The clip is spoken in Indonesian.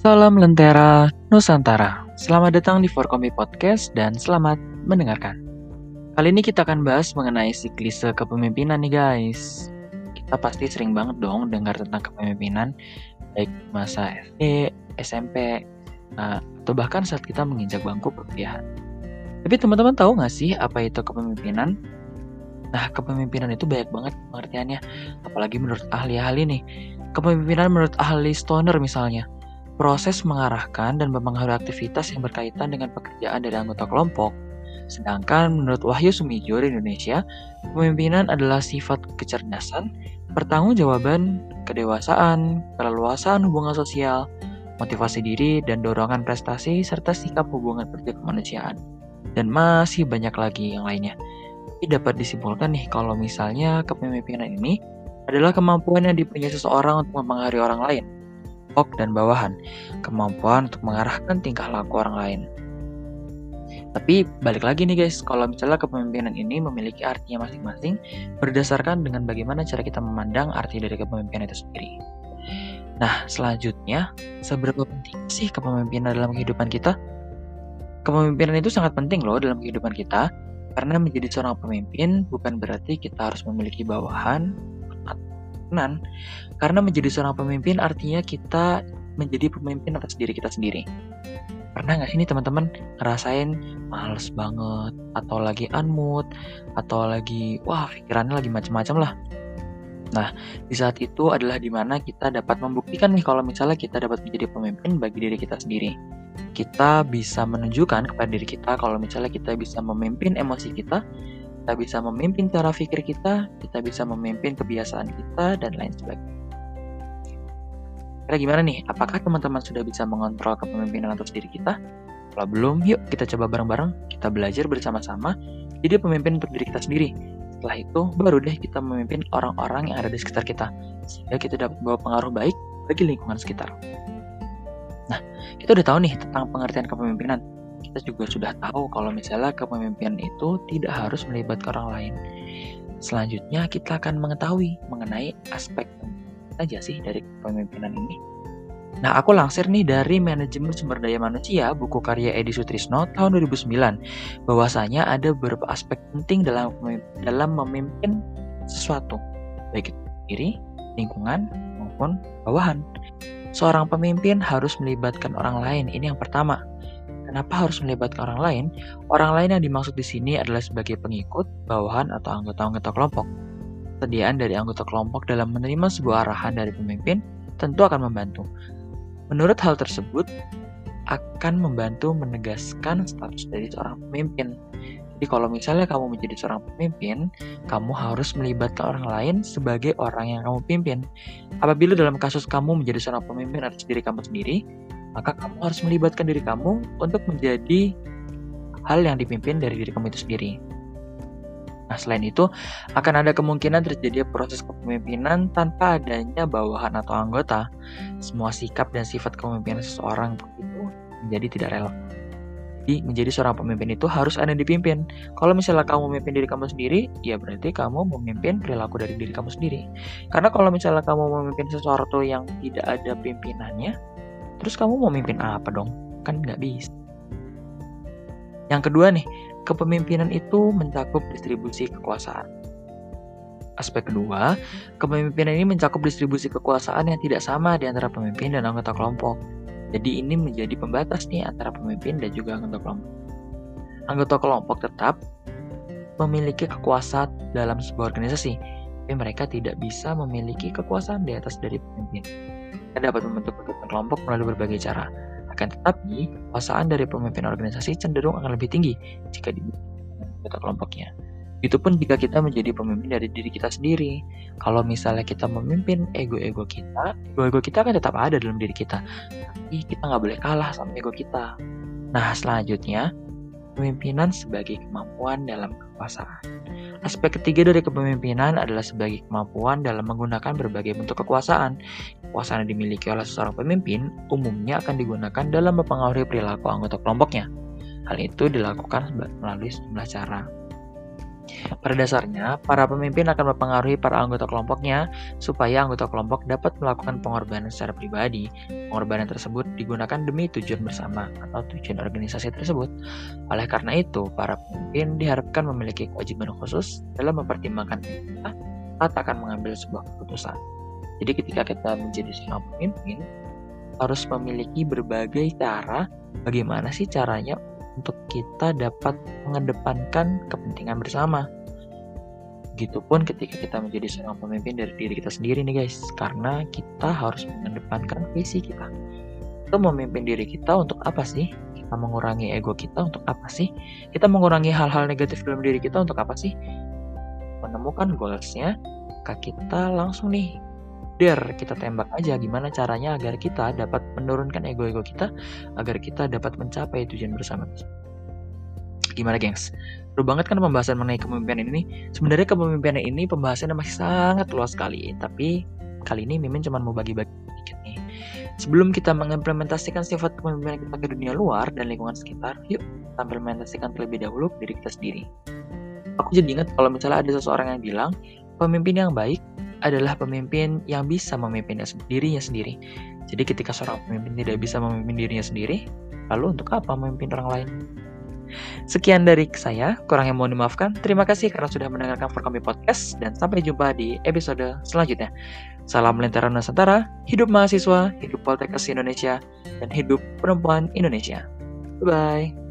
Salam Lentera Nusantara. Selamat datang di Forkomi Podcast dan selamat mendengarkan. Kali ini kita akan bahas mengenai siklise kepemimpinan nih guys. Kita pasti sering banget dong dengar tentang kepemimpinan, baik masa SD, SMP, atau bahkan saat kita menginjak bangku perkuliahan. Tapi teman-teman tahu nggak sih apa itu kepemimpinan? Nah, kepemimpinan itu banyak banget pengertiannya, apalagi menurut ahli-ahli nih. Kepemimpinan menurut ahli Stoner misalnya, proses mengarahkan dan mempengaruhi aktivitas yang berkaitan dengan pekerjaan dari anggota kelompok. Sedangkan menurut Wahyu Sumijo di Indonesia, kepemimpinan adalah sifat kecerdasan, pertanggungjawaban, kedewasaan, keleluasaan hubungan sosial, motivasi diri dan dorongan prestasi, serta sikap hubungan kerja kemanusiaan. Dan masih banyak lagi yang lainnya. Tapi dapat disimpulkan nih kalau misalnya kepemimpinan ini adalah kemampuan yang dimiliki seseorang untuk mempengaruhi orang lain, dan bawahan, kemampuan untuk mengarahkan tingkah laku orang lain. Tapi balik lagi nih guys, kalau misalnya kepemimpinan ini memiliki artinya masing-masing berdasarkan dengan bagaimana cara kita memandang arti dari kepemimpinan itu sendiri. Nah, selanjutnya, seberapa penting sih kepemimpinan dalam kehidupan kita? Kepemimpinan itu sangat penting loh dalam kehidupan kita, karena menjadi seorang pemimpin bukan berarti kita harus memiliki bawahan atau pimpinan. Karena menjadi seorang pemimpin artinya kita menjadi pemimpin atas diri kita sendiri. Pernah nggak sih nih teman-teman ngerasain males banget, atau lagi unmood, atau lagi pikirannya lagi macam-macam lah. Nah, di saat itu adalah dimana kita dapat membuktikan nih kalau misalnya kita dapat menjadi pemimpin bagi diri kita sendiri. Kita bisa menunjukkan kepada diri kita kalau misalnya kita bisa memimpin emosi kita bisa memimpin cara pikir kita bisa memimpin kebiasaan kita, dan lain sebagainya. Kira gimana nih? Apakah teman-teman sudah bisa mengontrol kepemimpinan atas diri kita? Kalau belum, yuk kita coba bareng-bareng, kita belajar bersama-sama jadi pemimpin untuk diri kita sendiri. Setelah itu, baru deh kita memimpin orang-orang yang ada di sekitar kita, sehingga kita dapat membawa pengaruh baik bagi lingkungan sekitar. Nah, kita udah tahu nih tentang pengertian kepemimpinan. Kita juga sudah tahu kalau misalnya kepemimpinan itu tidak harus melibatkan orang lain. Selanjutnya, kita akan mengetahui mengenai aspek aja sih dari kepemimpinan ini. Nah, aku lansir nih dari Manajemen Sumber Daya Manusia, buku karya Edi Sutrisno tahun 2009, bahwasanya ada beberapa aspek penting dalam memimpin sesuatu, baik itu diri, lingkungan, maupun bawahan. Seorang pemimpin harus melibatkan orang lain. Ini yang pertama. Kenapa harus melibatkan orang lain? Orang lain yang dimaksud di sini adalah sebagai pengikut, bawahan, atau anggota-anggota kelompok. Kesediaan dari anggota kelompok dalam menerima sebuah arahan dari pemimpin tentu akan membantu. Menurut hal tersebut, akan membantu menegaskan status dari seorang pemimpin. Jadi kalau misalnya kamu menjadi seorang pemimpin, kamu harus melibatkan orang lain sebagai orang yang kamu pimpin. Apabila dalam kasus kamu menjadi seorang pemimpin atas diri kamu sendiri, maka kamu harus melibatkan diri kamu untuk menjadi hal yang dipimpin dari diri kamu itu sendiri. Nah, selain itu, akan ada kemungkinan terjadi proses kepemimpinan tanpa adanya bawahan atau anggota. Semua sikap dan sifat kepemimpinan seseorang itu menjadi tidak relevan. Jadi, menjadi seorang pemimpin itu harus ada yang dipimpin. Kalau misalnya kamu memimpin diri kamu sendiri, ya berarti kamu memimpin perilaku dari diri kamu sendiri. Karena kalau misalnya kamu memimpin sesuatu yang tidak ada pimpinannya, terus kamu mau memimpin apa dong? Kan nggak bisa. Yang kedua nih, kepemimpinan itu mencakup distribusi kekuasaan. Aspek kedua, kepemimpinan ini mencakup distribusi kekuasaan yang tidak sama di antara pemimpin dan anggota kelompok. Jadi ini menjadi pembatas nih antara pemimpin dan juga anggota kelompok. Anggota kelompok tetap memiliki kekuasaan dalam sebuah organisasi, tapi mereka tidak bisa memiliki kekuasaan di atas dari pemimpin. Mereka dapat membentuk kelompok melalui berbagai cara. Akan tetapi, kekuasaan dari pemimpin organisasi cenderung akan lebih tinggi jika dibandingkan anggota kelompoknya. Itupun jika kita menjadi pemimpin dari diri kita sendiri. Kalau misalnya kita memimpin ego-ego kita akan tetap ada dalam diri kita. Tapi kita nggak boleh kalah sama ego kita. Nah, selanjutnya, kepemimpinan sebagai kemampuan dalam kekuasaan. Aspek ketiga dari kepemimpinan adalah sebagai kemampuan dalam menggunakan berbagai bentuk kekuasaan. Kekuasaan yang dimiliki oleh seorang pemimpin umumnya akan digunakan dalam mempengaruhi perilaku anggota kelompoknya. Hal itu dilakukan melalui sejumlah cara. Pada dasarnya, para pemimpin akan mempengaruhi para anggota kelompoknya supaya anggota kelompok dapat melakukan pengorbanan secara pribadi. Pengorbanan tersebut digunakan demi tujuan bersama atau tujuan organisasi tersebut. Oleh karena itu, para pemimpin diharapkan memiliki kewajiban khusus dalam mempertimbangkan etika saat akan mengambil sebuah keputusan. Jadi ketika kita menjadi seorang pemimpin, harus memiliki berbagai cara bagaimana sih caranya untuk kita dapat mengedepankan kepentingan bersama. Begitupun ketika kita menjadi seorang pemimpin dari diri kita sendiri nih guys, karena kita harus mengedepankan visi kita. Kita memimpin diri kita untuk apa sih? Kita mengurangi ego kita untuk apa sih? Kita mengurangi hal-hal negatif dalam diri kita untuk apa sih? Menemukan goals-nya, maka kita langsung nih kita tembak aja gimana caranya agar kita dapat menurunkan ego-ego kita, agar kita dapat mencapai tujuan bersama. Gimana gengs? Seru banget kan pembahasan mengenai kepemimpinan ini. Sebenarnya kepemimpinan ini pembahasannya masih sangat luas sekali, tapi kali ini Mimin cuma mau bagi-bagi sedikit nih. Sebelum kita mengimplementasikan sifat kepemimpinan kita ke dunia luar dan lingkungan sekitar, yuk kita implementasikan terlebih dahulu ke diri kita sendiri. Aku jadi ingat kalau misalnya ada seseorang yang bilang, pemimpin yang baik adalah pemimpin yang bisa memimpin dirinya sendiri. Jadi ketika seorang pemimpin tidak bisa memimpin dirinya sendiri, lalu untuk apa memimpin orang lain? Sekian dari saya, kurang yang mohon dimaafkan. Terima kasih karena sudah mendengarkan For Kami Podcast dan sampai jumpa di episode selanjutnya. Salam Lentera Nusantara, hidup mahasiswa, hidup Poltekkes Indonesia, dan hidup perempuan Indonesia. Bye-bye.